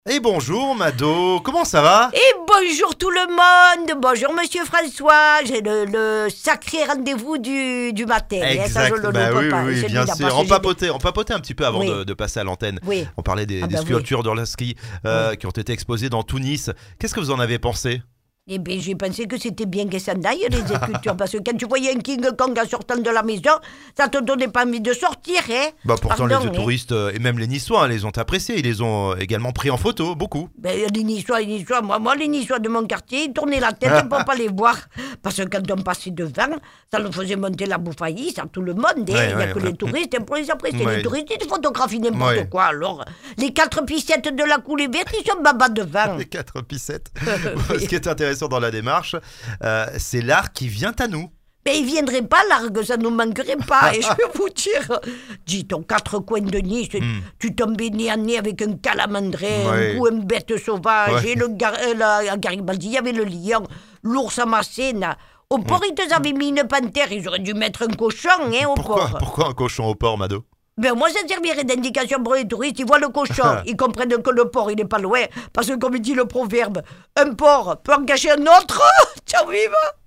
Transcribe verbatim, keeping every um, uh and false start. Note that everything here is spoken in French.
Et bonjour Mado, comment ça va? Et bonjour tout le monde. Bonjour Monsieur François. J'ai le, le sacré rendez-vous du, du matin. hein, ça, je Exact, le bah loupe oui, pas. oui, C'est bien évident, sûr. parce On que j'ai papotait, on papotait un petit peu avant Oui. de, de passer à l'antenne. des- Oui. On parlait des, Ah des bah oui. sculptures d'Orlaski euh, qui ont été exposées dans tout Nice. Qu'est-ce que vous en avez pensé? Eh bien, j'ai pensé que c'était bien que ça aille, les écritures, parce que quand tu voyais un King Kong en sortant de la maison, ça te donnait pas envie de sortir, hein. Bah pourtant Pardon, les hein. touristes euh, et même les Niçois hein, les ont appréciés, ils les ont euh, également pris en photo, beaucoup. Ben, les Niçois, les Niçois, moi, moi, les Niçois de mon quartier, ils tournaient la tête pour pas les voir. Parce que quand on passait devant, ça nous faisait monter la bouffaillie, ça tout le monde. hein. Ouais, Il n'y a ouais, que ouais. les touristes hein, pour les apprécier. Ouais. Les touristes, ils photographient n'importe Ouais. quoi. Alors, les quatre piscettes de la coulée verte, ils sont babas devant. Les quatre pissettes. Ce qui est intéressant dans la démarche, euh, c'est l'art qui vient à nous. Mais il viendrait pas largue, ça nous manquerait pas. Et je vais vous dire, dis ton quatre coins de Nice, tu tombais nez à nez avec un calamandrin, Ouais. un coup une bête sauvage, Ouais. et le gar euh, la, à Garibaldi, il y avait le lion, l'ours à Masséna. Au port, ils te avaient mis une panthère, ils auraient dû mettre un cochon hein, au Pourquoi, port. pourquoi un cochon au port, Mado? Ben moi, ça servirait d'indication pour les touristes. Ils voient le cochon, ils comprennent que le port, il n'est pas loin. Parce que, comme dit le proverbe, un port peut en cacher un autre. Ciao, vive!